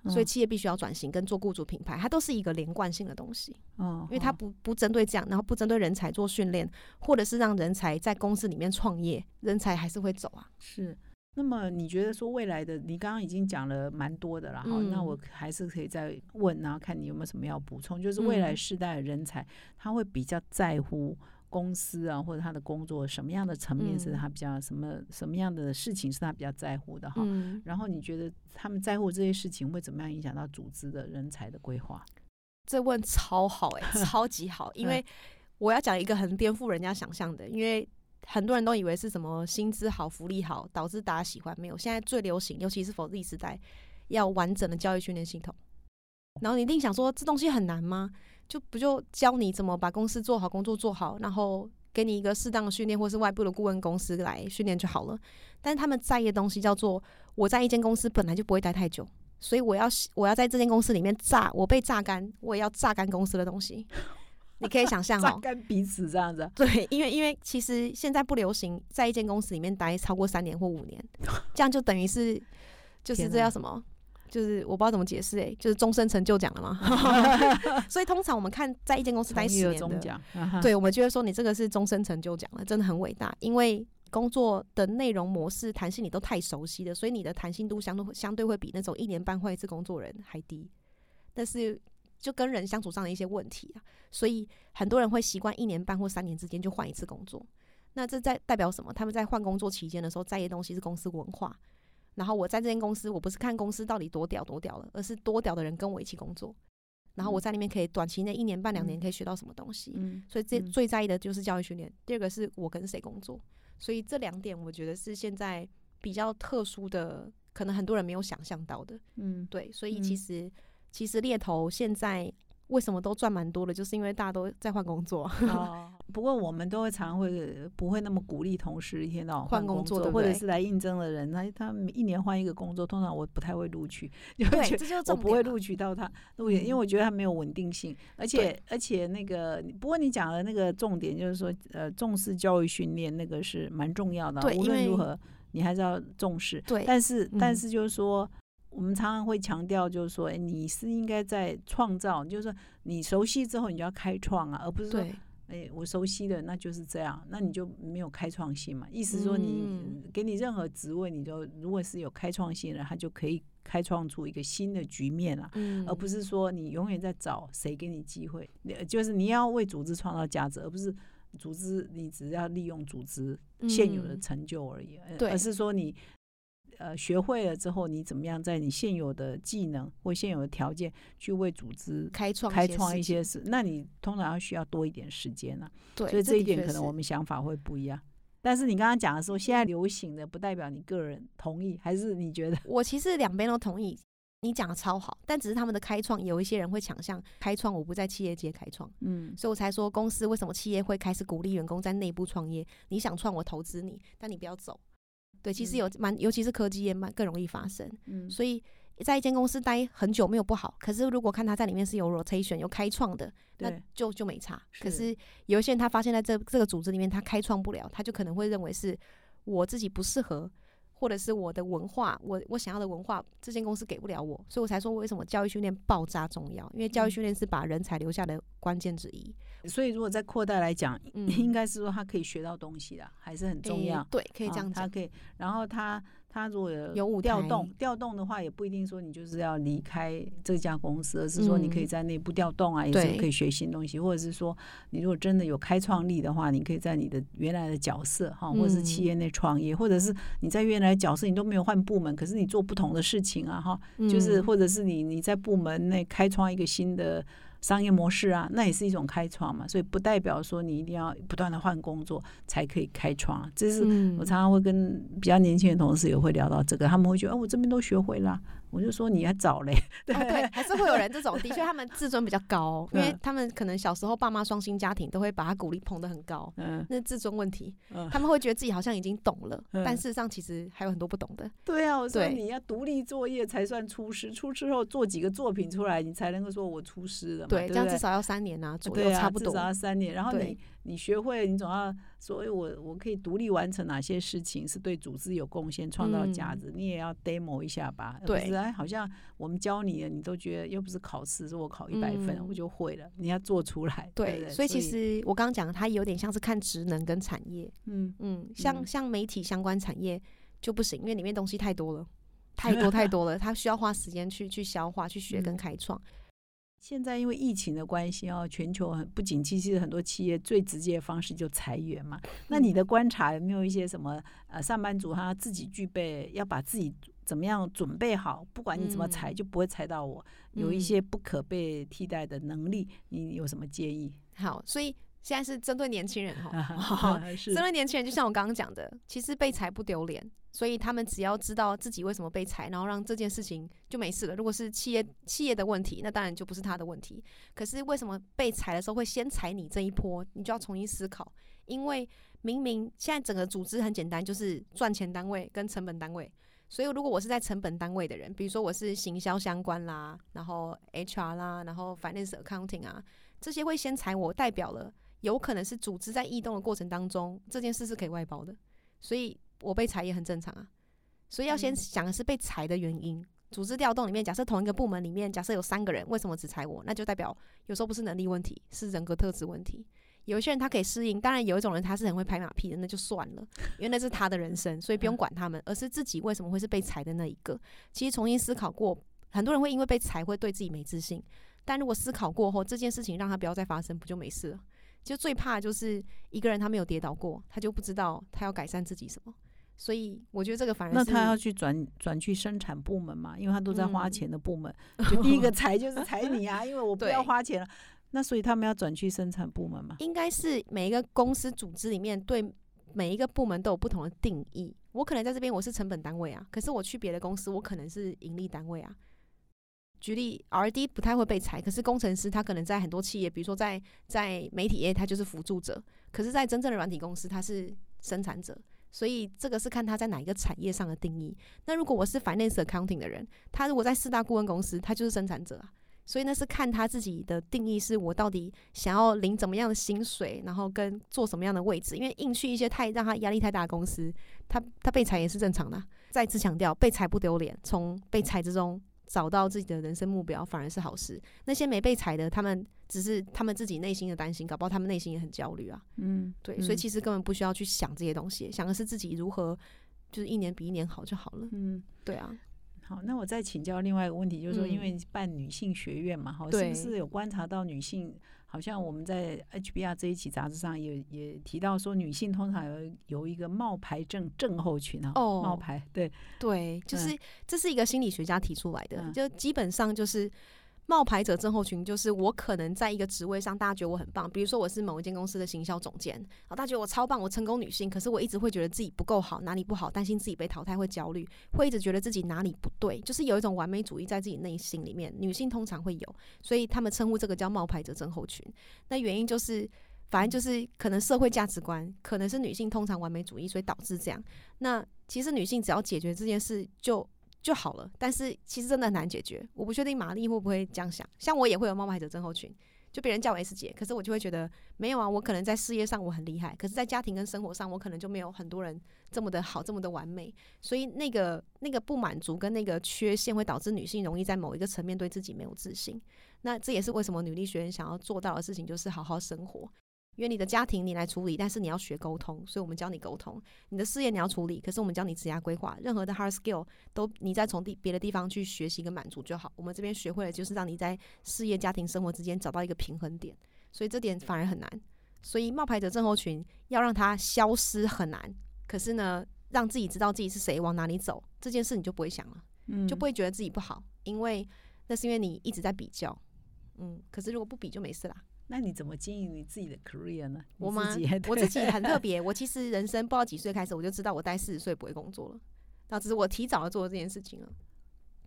所以企业必须要转型跟做雇主品牌，它都是一个连贯性的东西。 哦， 因为它不不针对这样，然后不针对人才做训练，或者是让人才在公司里面创业，人才还是会走啊。 是。那么你觉得说未来的，你刚刚已经讲了蛮多的了哈、嗯，那我还是可以再问，然后看你有没有什么要补充。就是未来世代的人才，他会比较在乎公司啊，或者他的工作什么样的层面是他比较什么什么样的事情是他比较在乎的哈、嗯。然后你觉得他们在乎这些事情会怎么样影响到组织的人才的规划？ 这问超好哎、欸，超级好，因为我要讲一个很颠覆人家想象的，因为很多人都以为是什么薪资好、福利好，导致大家喜欢。没有，现在最流行，尤其是 for Z 时代，要完整的教育训练系统。然后你一定想说，这东西很难吗？就不就教你怎么把公司做好，工作做好，然后给你一个适当的训练，或是外部的顾问公司来训练就好了。但是他们在意的东西叫做，我在一间公司本来就不会待太久，所以我要我要在这间公司里面榨，我被榨干，我也要榨干公司的东西。你可以想象榨干彼此这样子。 对，因为因为其实现在不流行在一间公司里面待超过三年或五年，这样就等于是就是这叫什么？就是我不知道怎么解释哎、欸，就是终身成就奖了嘛。所以通常我们看在一间公司待十年的，对，我们就会说你这个是终身成就奖了，真的很伟大，因为工作的内容模式弹性你都太熟悉了，所以你的弹性度相对相对会比那种一年半换一次工作人还低。但是就跟人相处上的一些问题啊，所以很多人会习惯一年半或三年之间就换一次工作。那这在代表什么？他们在换工作期间的时候在意的东西是公司文化。然后我在这间公司，我不是看公司到底多屌多屌了，而是多屌的人跟我一起工作。然后我在那边可以短期内一年半两年可以学到什么东西。嗯、所以这最在意的就是教育训练。第二个是我跟谁工作。所以这两点我觉得是现在比较特殊的，可能很多人没有想象到的。嗯，对，所以其实。嗯其实猎头现在为什么都赚蛮多的，就是因为大家都在换工作。 哦，不过我们都会常会不会那么鼓励同事一天到晚换工作， 对对或者是来应征的人，他他一年换一个工作，通常我不太会录取， 对，这就是重点， 我不会录取到他，因为我觉得他没有稳定性，而且而且那个，不过你讲的那个重点就是说，呃，重视教育训练那个是蛮重要的， 对， 无论如何你还是要重视， 对， 但是、嗯、但是就是说。我们常常会强调，就是说，哎，你是应该在创造，就是说，你熟悉之后，你就要开创啊，而不是说，哎，我熟悉的那就是这样，那你就没有开创性嘛。意思说你，你、嗯、给你任何职位，你就如果是有开创性的，它就可以开创出一个新的局面啊，嗯、而不是说你永远在找谁给你机会，就是你要为组织创造价值，而不是组织你只要利用组织现有的成就而已，嗯、而是说你。呃，学会了之后，你怎么样在你现有的技能或现有的条件去为组织开创开创一些事？那你通常要需要多一点时间啊。 对， 所以这一点可能我们想法会不一样。但是你刚刚讲的时候，现在流行的不代表你个人同意，还是你觉得？ 我其实两边都同意，你讲的超好，但只是他们的开创，有一些人会想象开创，我不在企业界开创，嗯，所以我才说公司为什么企业会开始鼓励员工在内部创业？你想创，我投资你，但你不要走。对，其实有蛮，尤其是科技业蛮更容易发生，嗯，所以在一间公司待很久没有不好，可是如果看他在里面是有 rotation 有开创的，那就就没差。可是有一些人他发现在这这个组织里面他开创不了，他就可能会认为是我自己不适合，或者是我的文化，我我想要的文化，这间公司给不了我，所以我才说为什么教育训练爆炸重要，因为教育训练是把人才留下的关键之一。 所以如果在扩大来讲、嗯、应该是说他可以学到东西啦，还是很重要、欸、 对，可以这样讲、 哦、他可以，然后他他如果有调动调动的话，也不一定说你就是要离开这家公司，而是说你可以在内部调动啊、嗯、也是可以学新东西，或者是说你如果真的有开创力的话，你可以在你的原来的角色哈，或者是企业内创业、嗯、或者是你在原来的角色你都没有换部门，可是你做不同的事情啊哈、嗯，就是或者是你你在部门内开创一个新的商业模式啊，那也是一种开创嘛，所以不代表说你一定要不断的换工作才可以开创。这是我常常会跟比较年轻的同事也会聊到这个，他们会觉得、哦、我这边都学会了，我就说你还早嘞。 对、哦、对，还是会有人这种，的确他们自尊比较高，因为他们可能小时候爸妈双薪家庭都会把他鼓励捧得很高，嗯，那是自尊问题、嗯，他们会觉得自己好像已经懂了、嗯，但事实上其实还有很多不懂的。 对啊，我说你要独立作业才算出师，出师后做几个作品出来，你才能够说我出师了嘛。 对， 对不对？ 这样至少要三年啊，左右对啊， 差不多。 至少要三年。然后你对你学会了，你总要说，我我可以独立完成哪些事情是对组织有贡献、创造价值， 嗯你也要 demo 一下吧。 对而不是哎，好像我们教你了，你都觉得又不是考试，说我考一百分、 嗯我就会了，你要做出来。对不对， 对， 所以其实我刚刚讲，它有点像是看职能跟产业。 嗯嗯，像嗯像媒体相关产业就不行，因为里面东西太多了，太多太多了，它需要花时间去去消化、去学跟嗯开创。 现在因为疫情的关系哦，全球很不景气，其实很多企业最直接的方式就裁员嘛。那你的观察有没有一些什么呃，上班族他自己具备，要把自己怎么样准备好，不管你怎么裁， 嗯就不会裁到我，有一些不可被替代的能力，你有什么建议？ 好，所以现在是针对年轻人哈， 是针对年轻人，就像我刚刚讲的，其实被裁不丢脸，所以他们只要知道自己为什么被裁，然后让这件事情就没事了。如果是企业企业的问题，那当然就不是他的问题。可是为什么被裁的时候会先裁你这一波，你就要重新思考，因为明明现在整个组织很简单，就是赚钱单位跟成本单位。所以如果我是在成本单位的人，比如说我是行销相关啦，然后 H R 啦，然后 Finance Accounting 啊，这些会先裁我，代表了有可能是组织在异动的过程当中，这件事是可以外包的，所以我被裁也很正常啊。所以要先想的是被裁的原因。组织调动里面，假设同一个部门里面，假设有三个人，为什么只裁我？那就代表有时候不是能力问题，是人格特质问题。有一些人他可以适应，当然有一种人他是很会拍马屁的，那就算了，因为那是他的人生，所以不用管他们，而是自己为什么会是被裁的那一个。其实重新思考过，很多人会因为被裁会对自己没自信，但如果思考过后，这件事情让他不要再发生，不就没事了？就最怕的就是一个人他没有跌倒过，他就不知道他要改善自己什么。所以我觉得这个反而是那他要去转转去生产部门嘛，因为他都在花钱的部门， 嗯、 就第一个裁就是裁你啊，因为我不要对花钱了。那所以他们要转去生产部门嘛？ 应该是每一个公司组织里面对每一个部门都有不同的定义。我可能在这边我是成本单位啊，可是我去别的公司我可能是盈利单位啊。举例 R D 不太会被裁，可是工程师他可能在很多企业，比如说在在媒体业他就是辅助者，可是在真正的软体公司他是生产者。所以这个是看他在哪一个产业上的定义。那如果我是 Finance Accounting 的人，他如果在四大顾问公司，他就是生产者啊。所以那是看他自己的定义，是我到底想要领怎么样的薪水，然后跟做什么样的位置。因为硬去一些太让他压力太大的公司，他他被裁也是正常的啊。再次强调，被裁不丢脸，从被裁之中找到自己的人生目标反而是好事。那些没被裁的，他们只是他们自己内心的担心，搞不好他们内心也很焦虑啊。 嗯， 对， 嗯所以其实根本不需要去想这些东西，想的是自己如何就是一年比一年好就好了。 嗯， 对啊。 好，那我再请教另外一个问题，就是说，因为办女性学院嘛，哈、嗯，是不是有观察到女性？好像我们在 H B R 这一期杂志上也也提到说，女性通常有有一个冒牌症症候群啊， 哦， 冒牌，对对，就是、嗯、这是一个心理学家提出来的， 嗯、 就基本上就是冒牌者症候群，就是我可能在一个职位上，大家觉得我很棒，比如说我是某一间公司的行销总监，然后大家觉得我超棒，我成功女性，可是我一直会觉得自己不够好，哪里不好，担心自己被淘汰，会焦虑，会一直觉得自己哪里不对，就是有一种完美主义在自己内心里面，女性通常会有，所以他们称呼这个叫冒牌者症候群。那原因就是反正就是可能社会价值观，可能是女性通常完美主义，所以导致这样。那其实女性只要解决这件事就就好了，但是其实真的很难解决。我不确定玛丽会不会这样想，像我也会有冒牌者症候群，就别人叫我 S 姐，可是我就会觉得没有啊，我可能在事业上我很厉害，可是在家庭跟生活上我可能就没有很多人这么的好，这么的完美，所以那个那个不满足跟那个缺陷会导致女性容易在某一个层面对自己没有自信。那这也是为什么女力学院想要做到的事情，就是好好生活。因为你的家庭你来处理，但是你要学沟通，所以我们教你沟通。你的事业你要处理，可是我们教你职业规划。任何的 hard skill 都你再从别的地方去学习跟满足就好。我们这边学会了，就是让你在事业、家庭、生活之间找到一个平衡点，所以这点反而很难。所以冒牌者症候群要让它消失很难，可是呢，让自己知道自己是谁，往哪里走，这件事你就不会想了，嗯，就不会觉得自己不好，因为那是因为你一直在比较，嗯，可是如果不比就没事啦。 那你怎么经营你自己的 career 呢？ 我吗？我自己很特别。我其实人生不知道几岁开始，我就知道我大概四十岁不会工作了。然后只是我提早了做这件事情了。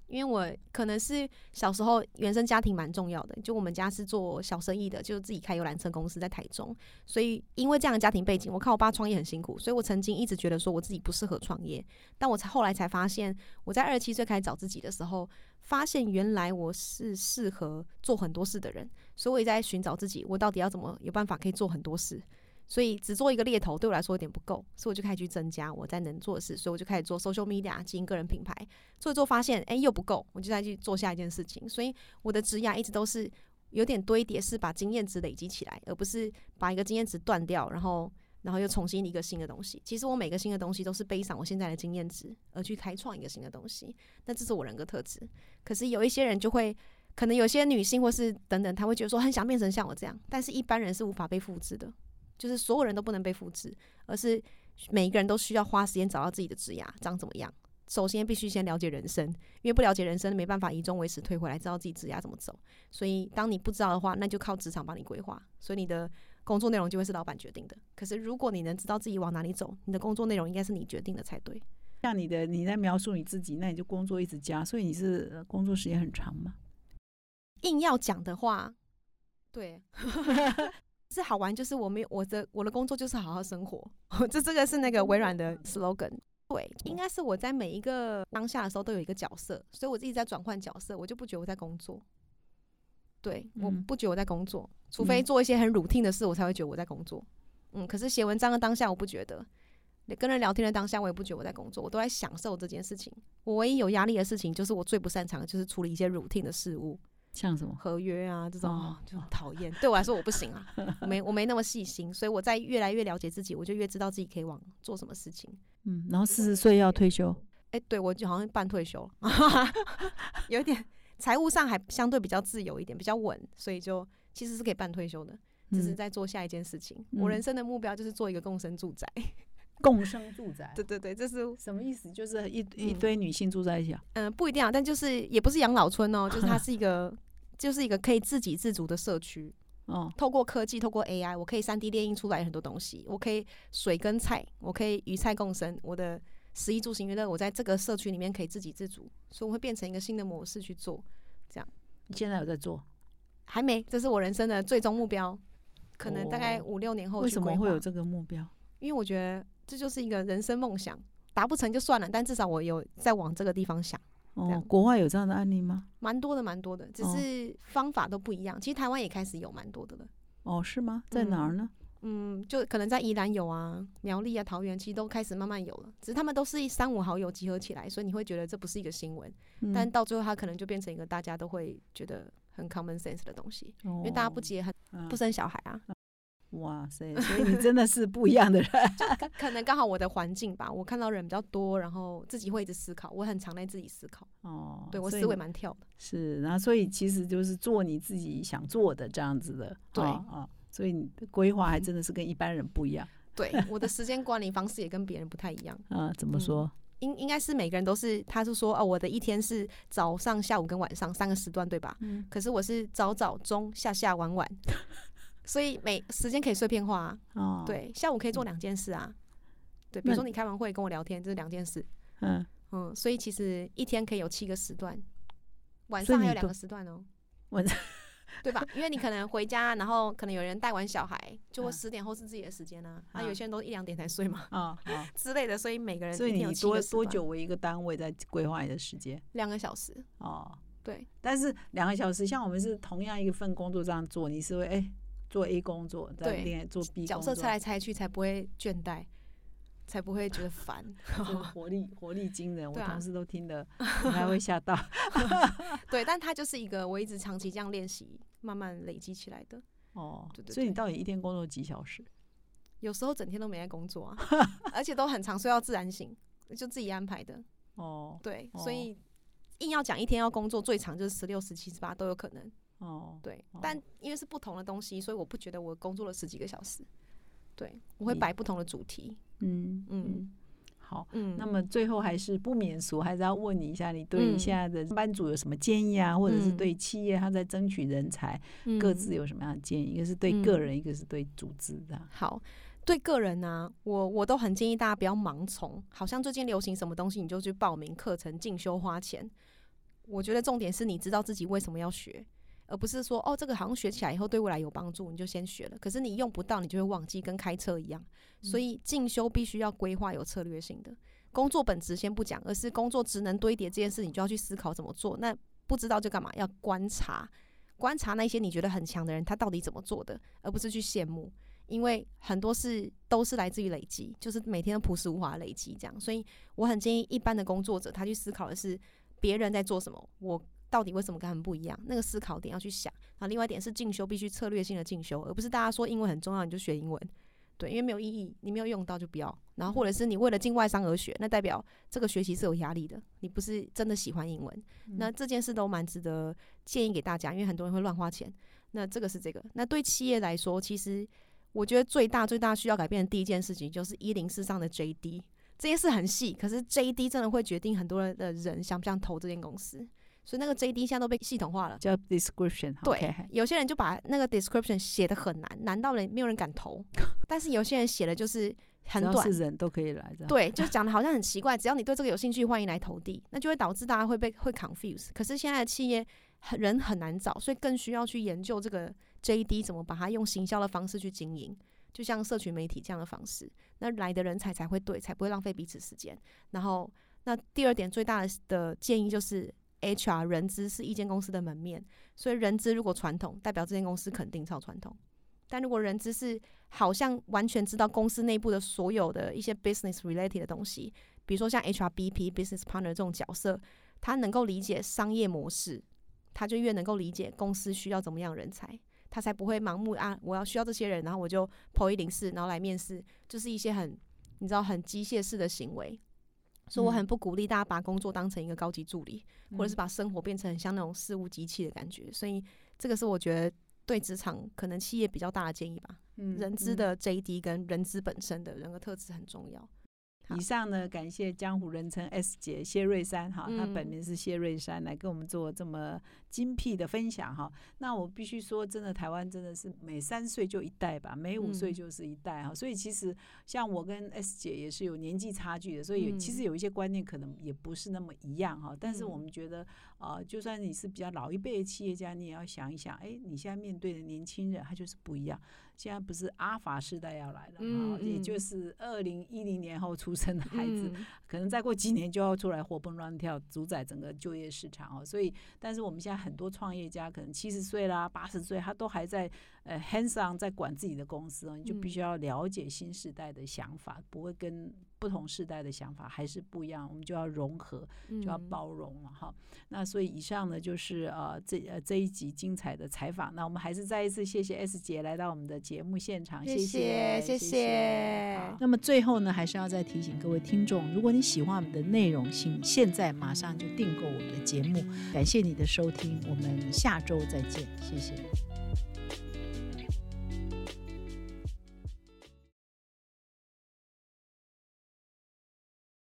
因为我可能是小时候原生家庭蛮重要的，就我们家是做小生意的，就自己开游览车公司在台中，所以因为这样的家庭背景，我看我爸创业很辛苦，所以我曾经一直觉得说我自己不适合创业，但我才后来才发现，我在二十七岁开始找自己的时候，发现原来我是适合做很多事的人，所以我也在寻找自己，我到底要怎么有办法可以做很多事。所以只做一个猎头对我来说有点不够，所以我就开始去增加我在能做的事，所以我就开始做 social media 经营个人品牌，做一做发现哎、欸、又不够，我就再去做下一件事情。所以我的职涯一直都是有点堆叠，是把经验值累积起来，而不是把一个经验值断掉，然后然后又重新一个新的东西。其实我每个新的东西都是背上我现在的经验值而去开创一个新的东西，那这是我人格特质。可是有一些人就会，可能有些女性或是等等，她会觉得说很想变成像我这样，但是一般人是无法被复制的。就是所有人都不能被复制，而是每一个人都需要花时间找到自己的职涯长怎么样。首先必须先了解人生，因为不了解人生没办法以终为始退回来，知道自己职涯怎么走。所以当你不知道的话，那就靠职场帮你规划，所以你的工作内容就会是老板决定的。可是如果你能知道自己往哪里走，你的工作内容应该是你决定的才对。 像你的你在描述你自己，那你就工作一直加，所以你是工作时间很长吗？ 硬要讲的话，对。是好玩，就是我没有我的我的工作就是好好生活，这这个是那个微软的 slogan。对，应该是我在每一个当下的时候都有一个角色，所以我自己在转换角色，我就不觉得我在工作。对，我不觉得我在工作，除非做一些很 routine 的事，我才会觉得我在工作。嗯，可是写文章的当下我不觉得，跟人聊天的当下我也不觉得我在工作，我都在享受这件事情。我唯一有压力的事情，就是我最不擅长的就是处理一些 routine 的事物。 像什么合约啊这种、哦、就很讨厌，对我来说我不行啊，我没我没那么细心，所以我在越来越了解自己，我就越知道自己可以往做什么事情。 嗯，然后四十岁要退休， 哎、欸，对我就好像半退休了，有点财务上还相对比较自由一点，比较稳，所以就其实是可以半退休的，只是在做下一件事情。嗯、我人生的目标就是做一个共生住宅。 共生住宅， 对对对，这是什么意思？就是一一堆女性住在一起啊？ 嗯、呃，不一定啊，但就是也不是养老村哦，就是它是一个，就是一个可以自给自足的社区。哦，透过科技，透过 A I， 我可以 三 D 列印出来很多东西，我可以水跟菜，我可以鱼菜共生，我的食衣住行娱乐，我在这个社区里面可以自给自足，所以我会变成一个新的模式去做。这样， 你现在有在做？ 还没，这是我人生的最终目标，可能大概五六年后去规划。 为什么会有这个目标？ 因为我觉得这就是一个人生梦想，达不成就算了，但至少我有在往这个地方想。 哦，国外有这样的案例吗？ 蛮多的，蛮多的，只是方法都不一样。其实台湾也开始有蛮多的了。 哦，是吗？在哪儿呢？ 嗯，嗯就可能在宜兰有啊，苗栗啊、桃园，其实都开始慢慢有了。只是他们都是三五好友集合起来，所以你会觉得这不是一个新闻，嗯、但到最后它可能就变成一个大家都会觉得很 common sense 的东西，哦、因为大家不结很、嗯、不生小孩啊。 哇塞，所以你真的是不一样的人。 就可能刚好我的环境吧，我看到人比较多，然后自己会一直思考，我很常在自己思考。哦，对我思维蛮跳的。 是，然后所以其实就是做你自己想做的这样子的。 对啊、 哦哦，所以你的规划还真的是跟一般人不一样。 对，我的时间管理方式也跟别人不太一样。 啊，怎么说？ 嗯应应该是每个人都是，他是说哦，我的一天是早上、下午跟晚上三个时段，对吧？嗯。可是我是早早中下下晚晚。所以每时间可以碎片化啊，哦、对，下午可以做两件事啊，对，比如说你开完会跟我聊天，这是两件事，嗯嗯，所以其实一天可以有七个时段，晚上还有两个时段哦， 晚上对吧？因为你可能回家，然后可能有人带完小孩，就会十点后是自己的时间啊，啊，有些人都一两点才睡嘛，啊啊之类的，所以每个人一天有七个时段。 所以你多多久为一个单位在规划你的时间？ 两个小时哦， 对， 但是两个小时，像我们是同样一份工作这样做，你是会哎。欸做 A 工作，再另做 B 工作， 角色猜来猜去才不会倦怠，才不会觉得烦。 活力活力惊人，我同事都听得还会吓到。 对，但它就是一个我一直长期这样练习，慢慢累积起来的。 哦，对对对，所以你到底一天工作几小时？ 有时候整天都没在工作啊，而且都很常睡到自然醒，就自己安排的。哦，对，哦、所以硬要讲一天要工作最长就是十六、十七、十八都有可能。哦，对，哦、但因为是不同的东西，所以我不觉得我工作了十几个小时。对，我会摆不同的主题。嗯嗯，好，嗯，那么最后还是不免俗，还是要问你一下，你对你现在的班主有什么建议啊？嗯、或者是对企业他在争取人才，嗯、各自有什么样的建议？一个是对个人，嗯、一个是对组织的。 好，对个人呢、啊，我我都很建议大家不要盲从，好像最近流行什么东西你就去报名课程进修花钱。 我觉得重点是你知道自己为什么要学，而不是说哦这个好像学起来以后对未来有帮助你就先学了，可是你用不到你就会忘记，跟开车一样。所以进修必须要规划有策略性的。工作本质先不讲，而是工作职能堆叠这件事你就要去思考怎么做。那不知道就干嘛？要观察观察那些你觉得很强的人他到底怎么做的，而不是去羡慕。因为很多事都是来自于累积，就是每天都朴实无华的累积这样。所以我很建议一般的工作者他去思考的是别人在做什么，我到底为什么跟他们不一样，那个思考点要去想。然后另外一点是进修必须策略性的进修，而不是大家说英文很重要你就学英文，对，因为没有意义，你没有用到就不要。然后或者是你为了进外商而学，那代表这个学习是有压力的，你不是真的喜欢英文。嗯、那这件事都蛮值得建议给大家，因为很多人会乱花钱。那这个是这个。那对企业来说，其实我觉得最大最大需要改变的第一件事情就是一零四上的 J D。这件事很细，可是 J D 真的会决定很多人的人想不想投这间公司。所以那个 J D 现在都被系统化了， 叫 description。 对、 okay. 有些人就把那个 description 写得很难，难到人没有人敢投但是有些人写的就是很短， 只要是人都可以来的， 对，就讲的好像很奇怪只要你对这个有兴趣欢迎来投递，那就会导致大家会被会 confuse。 可是现在的企业人很难找，所以更需要去研究这个 J D 怎么把它用行销的方式去经营，就像社群媒体这样的方式，那来的人才才会对，才不会浪费彼此时间。然后那第二点最大的建议就是H R 人资是一间公司的门面，所以人资如果传统，代表这间公司肯定超传统。但如果人资是好像完全知道公司内部的所有的一些 business related 的东西，比如说像 H R B P、business partner 这种角色，他能够理解商业模式，他就越能够理解公司需要怎么样人才，他才不会盲目啊，我要需要这些人，然后我就 P O 一零四，然后来面试，就是一些很你知道很机械式的行为。所以我很不鼓励大家把工作当成一个高级助理、嗯、或者是把生活变成很像那种事务机器的感觉。所以这个是我觉得对职场可能企业比较大的建议吧。嗯、人资的 J D 跟人资本身的人格特质很重要。 以上呢，感谢江湖人称 S 姐谢瑞珊哈，她、嗯、本名是谢瑞珊，来跟我们做这么精辟的分享哈。那我必须说，真的台湾真的是每三岁就一代吧，每五岁就是一代哈、嗯。所以其实像我跟 S 姐也是有年纪差距的，所以其实有一些观念可能也不是那么一样哈。但是我们觉得，呃，就算你是比较老一辈的企业家，你也要想一想，哎，你现在面对的年轻人他就是不一样。现在不是阿法世代要来了、嗯、也就是二零一零年后出生的孩子、嗯、可能再过几年就要出来活蹦乱跳主宰整个就业市场。所以但是我们现在很多创业家可能七十岁啦八十岁他都还在呃 hands on 在管自己的公司，你就必须要了解新世代的想法、嗯、不会跟不同世代的想法还是不一样，我们就要融合、嗯、就要包容了哈。那所以以上呢就是呃这呃这一集精彩的采访，那我们还是再一次谢谢 S 姐来到我们的节目现场，谢谢谢谢。 那么最后呢，还是要再提醒各位听众，如果你喜欢我们的内容，请现在马上就订购我们的节目。感谢你的收听，我们下周再见，谢谢。